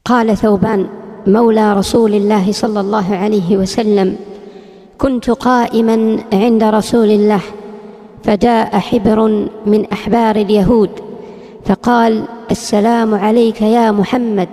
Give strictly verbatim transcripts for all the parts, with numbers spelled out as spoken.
قال ثوبان مولى رسول الله صلى الله عليه وسلم: كنت قائما عند رسول الله فجاء حبر من أحبار اليهود فقال: السلام عليك يا محمد،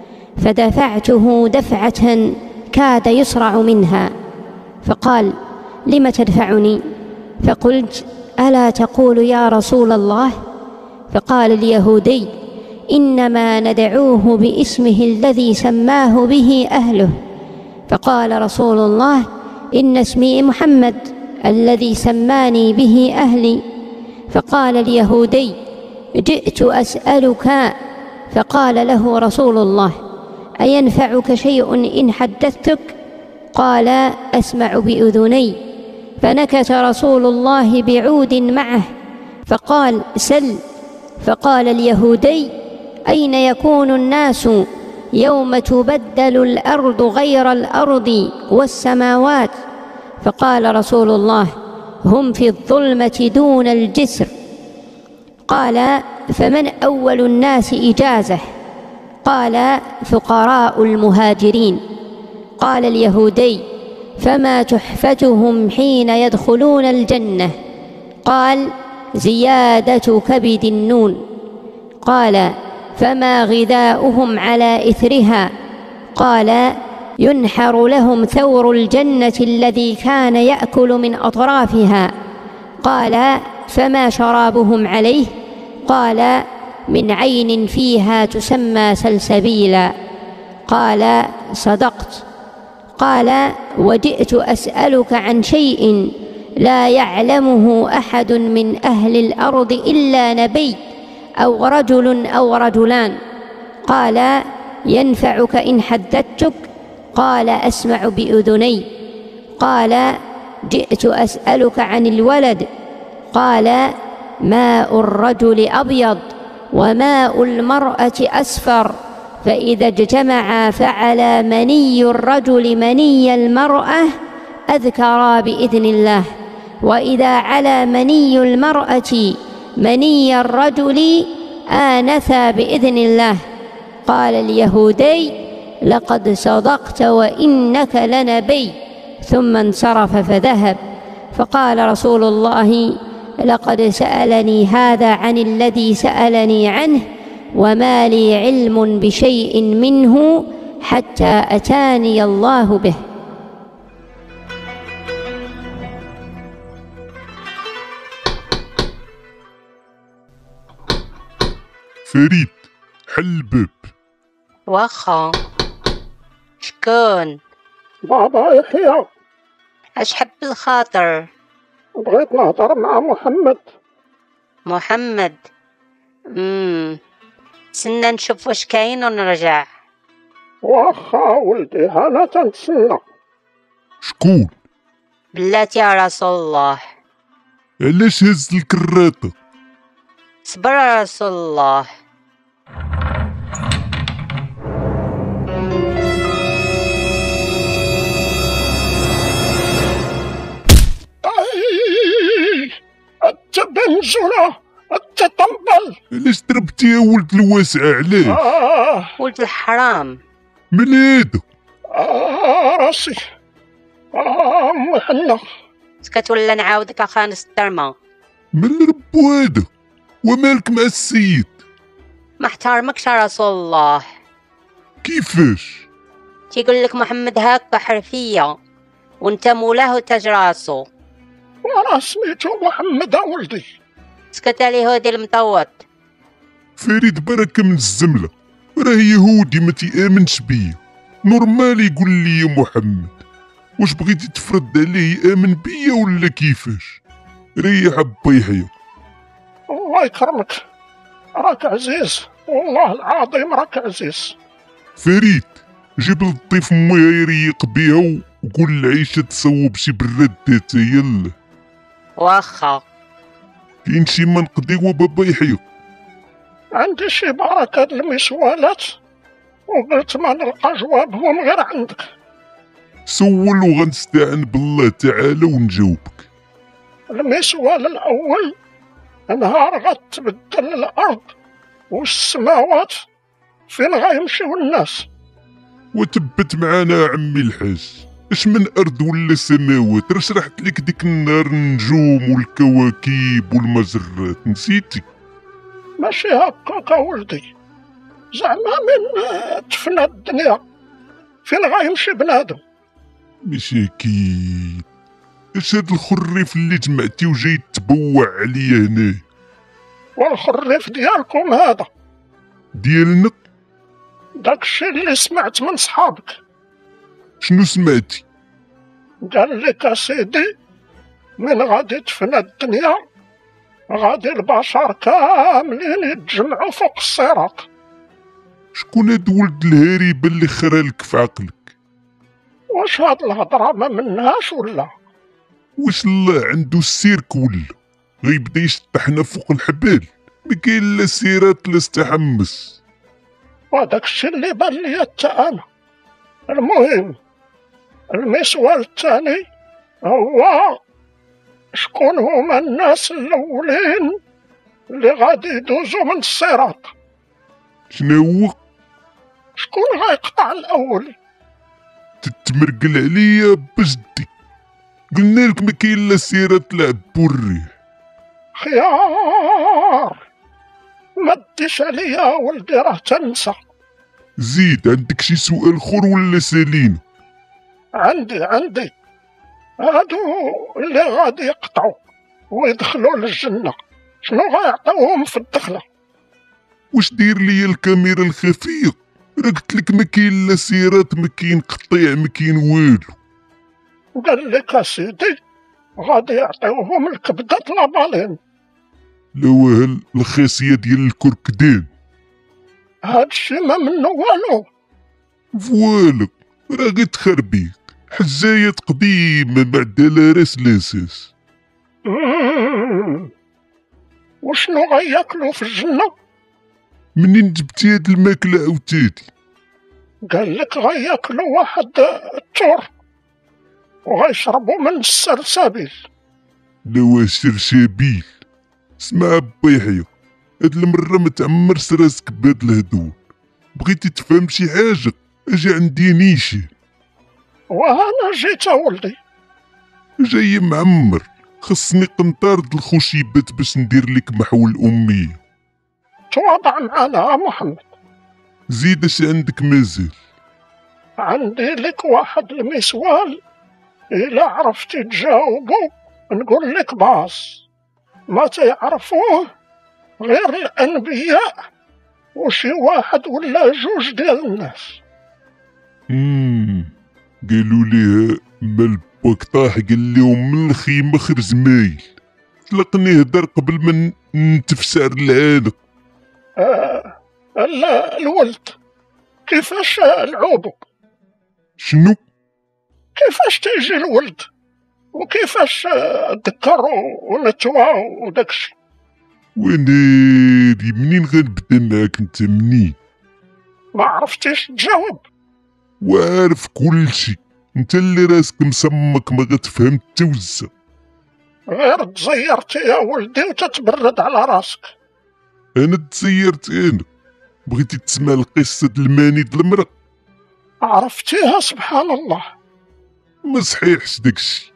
فدفعته دفعة كاد يصرع منها، فقال: لم تدفعني؟ فقلت: ألا تقول يا رسول الله؟ فقال اليهودي: إنما ندعوه باسمه الذي سماه به أهله. فقال رسول الله: إن اسمي محمد الذي سماني به أهلي. فقال اليهودي: جئت أسألك. فقال له رسول الله: أينفعك شيء إن حدثتك؟ قال: أسمع بأذني. فنكث رسول الله بعود معه فقال: سل. فقال اليهودي: أين يكون الناس يوم تبدل الأرض غير الأرض والسماوات؟ فقال رسول الله: هم في الظلمة دون الجسر. قال: فمن أول الناس إجازة؟ قال: فقراء المهاجرين. قال اليهودي: فما تحفتهم حين يدخلون الجنة؟ قال: زيادة كبد النون. قال: فما غذاؤهم على إثرها؟ قال: ينحر لهم ثور الجنة الذي كان يأكل من أطرافها. قال: فما شرابهم عليه؟ قال: من عين فيها تسمى سلسبيلا. قال: صدقت. قال: وجئت أسألك عن شيء لا يعلمه أحد من أهل الأرض إلا نبي أو رجل أو رجلان. قال: ينفعك إن حدثتك؟ قال: أسمع بأذني. قال: جئت أسألك عن الولد. قال: ماء الرجل أبيض وماء المرأة أصفر، فإذا اجتمعا فعلى مني الرجل مني المرأة أذكرا بإذن الله، وإذا على مني المرأة مني الرجل آنثا بإذن الله. قال اليهودي: لقد صدقت وإنك لنبي. ثم انصرف فذهب. فقال رسول الله: لقد سألني هذا عن الذي سألني عنه، وما لي علم بشيء منه حتى أتاني الله به. فريد، حل الباب. واخا. شكون؟ بابا يحيى. اش حب الخاطر؟ بغيت نهضر مع محمد. محمد؟ امم تسنى نشوف واش كاين ونرجع. واخا ولدي، انا تنتسنى. شكون؟ بلاتي يا رسول الله. علاش هز الكراطة؟ صبر يا رسول الله. التبنزلة التطبل. علاش ضربتي يا ولد الواسعة؟ علاش؟ آه. ولد الحرام. من هذا؟ آه راسي. آه محنة. سكت ولا نعاودك اخا نسترمى. من ربو هذا؟ ومالك مع السيد؟ ما احترمكش يا رسول الله. كيفاش؟ تيقول لك محمد هكا حرفية وانت مولاه وتاج راسو. وانا سميتو محمد ولدي. سكت اليهودي المطوط. فريد بركة من الزملة، راه يهودي ما تيامنش بيا، نورمال يقول لي يا محمد. واش بغيتي تفرض عليه يامن بيا ولا كيفاش؟ ريح با يحيى. الله يكرمك، راك عزيز، والله العظيم راك عزيز. فريد، جيب للطيف مويها يريق بيها وقول العيشة تصوب شي براد يلا. واخا. كاين شي ما نقضيو بابا يحيى؟ عندي شي بركة د المسوالات وقلت ما نلقى جوابهم غير عندك. سول وغنستعن بالله تعالى ونجاوبك. المسوال الأول: نهار غتبدل الأرض والسماوات فين غيمشيو الناس؟ وتبت معانا عمي الحاج، اش من ارض ولا سماوات، راه شرحت لك ديك النهار النجوم والكواكب والمجرات، نسيتي؟ ماشي هكاك ولدي، زعما من تفنى الدنيا فين غيمشي بنادم؟ ماشي اكيد. اش هاد الخريف اللي جمعتي وجاي تبوع عليا هنا؟ والخريف ديالكم هذا ديالنا؟ داكشي اللي سمعت من صحابك. شنو سمعتي؟ قال لك اسيدي من غادي تفنى الدنيا غادي البشر كاملين يتجمعوا فوق الصراط. شكون هاد ولد الهريبه اللي خرالك في عقلك؟ واش هاد الهضره ما منهاش ولا؟ واش الله عنده السيرك ولا غيبدا يشطحنا فوق الحبال؟ مكاين لا سيرات لا استحمس. وهداك الشي اللي بان ليا حتى انا. المهم المسؤول الثاني هو شكون هما الناس الاولين اللي غادي يدوزو من الصراط؟ شنو هو؟ شكون غيقطع الاول؟ تتمرقل عليا بجدي، قلنا لك ما كاين لا سيرات لا عبو الريح. خيار ما ديش عليا ولدي راه تنسى. زيد، عندك شي سؤال اخر ولا سالينا؟ عندي عندي هادو اللي غادي يقطعوا ويدخلوا للجنة شنو غيعطيوهم في الدخلة؟ واش داير ليا الكاميرا الخفيه؟ راه قلت لك ما كاين لا سيرات، ما كاين قطيع، ما كاين والو. قال لك اسيدي غادي يعطيوهم الكبدة لابالين. لا وهل الخاصيه ديال الكركدان؟ هادشي ما منو والو. فوالا، راه غير تخربيك، حزاية قديمة ما عندها لا راس لا ساس. وشنو غياكلو في الجنة؟ منين جبتي هاد الماكلة عاوتاني؟ قال لك غياكلو واحد التور وغيشربو من السلسبيل. لا واه سرسابيل؟ اسمع با يحيى، هاد المرة ما تعمرش راسك بهاد الهدور، بغيتي تفهم شي حاجة اجي عندي نيشان. وانا جيت ولدي. جاي معمر، خصني قنطار د الخشيبات باش ندير لك محو الأمية. تواضع معنا محمد. زيد اش عندك مازال؟ عندي لك واحد المسوال إلا عرفتي تجاوبو نقول لك باص، ما تيعرفوه غير الأنبياء وشي واحد ولا جوج ديال الناس. امم قالوا ليها مال باك طاح، قال لهم من الخيمة خرج مايل، طلقني هدر قبل ما نتفسر العانق. آه الولد كيفاش العوبو؟ شنو؟ كيفاش تيجي الولد وكيفاش دكر ونتوى وداكشي؟ وناري منين غنبدا معاك انت؟ منين؟ ما عرفتيش تجاوب؟ وعارف كلشي، انت اللي راسك مسمك ما غتفهم حتى وزه. غير تزيرتي يا ولدي وتتبرد على راسك. انا تزيرت؟ انا بغيتي تسمع القصه د الماني د المرأة؟ عرفتيها سبحان الله. ما صحيحش داكشي.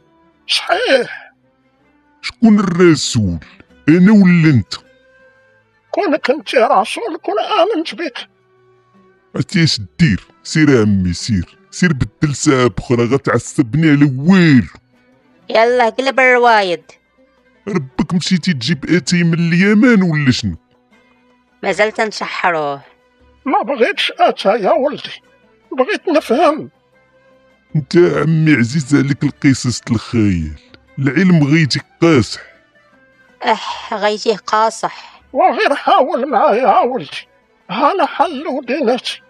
صحيح. شكون الرسول، انا ولا انت؟ كونك انت رسول كون امنت بك. عرفتي اش دير؟ سير عمي سير سير بدل ساعه بخرى غتعصبني على والو. يلا قلب الروايد. ربك مشيتي تجيب اتاي من اليمن ولا شنو؟ مازال تنشحروه. ما بغيتش اتا يا ولدي، بغيت نفهم. انت عمي عزيز عليك القصص الخيال، العلم غيجيك قاصح. اه غيجيه قاصح. وغير حاول معايا يا ولدي، هانا حل ديناتي.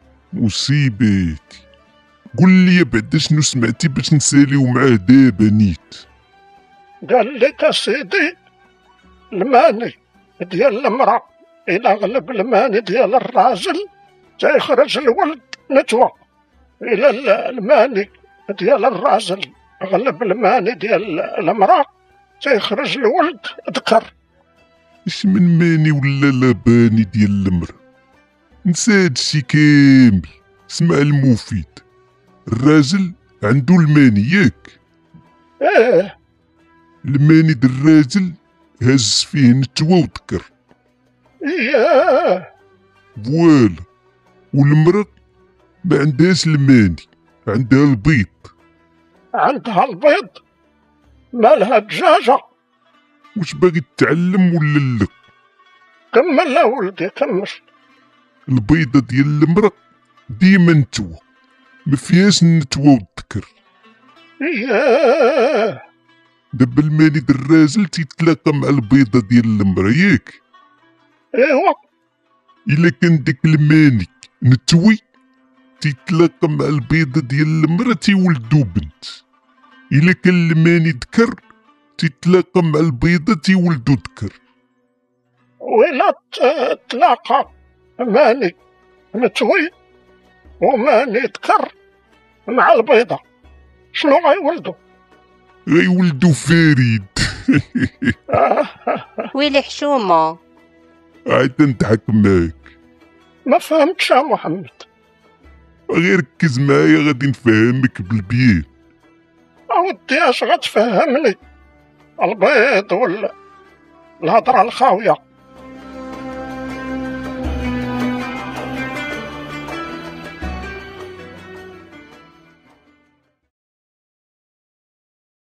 مصيبتي، قول لي بعدا شنو سمعتي باش نساليو معاه دابا نيت. قال لك اسيدي الماني ديال المرأة إلا غلب الماني ديال الراجل تيخرج الولد نتوى، إلا الماني ديال الراجل غلب الماني ديال المرأة تيخرج الولد ذكر. اش من ماني ولا لباني ديال المرأة؟ نسى هادشي كامل. اسمع المفيد، الراجل عندو الماني ياك؟ ايه. الماني د الراجل هز فيه نتوى وذكر. اياه. فوالا. والمرأة ما عندهاش الماني، عندها البيض. عندها البيض؟ مالها دجاجة؟ واش باغي تتعلم ولا لا؟ كمل لا ولدي كمل. البيضة ديال المرأة ديما نتوى، ما فيهاش النتوى والذكر. اياه. دابا الماني د الراجل تيتلاقى مع البيضة ديال المرأة ياك؟ ايوا. إلا كان داك الماني نتوي تيتلاقى مع البيضة ديال المرأة تيولدو بنت. إلا كان الماني ذكر تيتلاقى مع البيضة تيولدو ذكر. وإلا تلاقى ماني متوي وماني ذكر مع البيضة شنو غيولدو؟ غيولدو فريد. ويلي حشومة. عاد نضحك معاك. ما فهمتش يا محمد. غير ركز معايا غادي نفهمك بالبيان. اودي اش غتفهمني؟ البيض ولا الهضرة الخاوية؟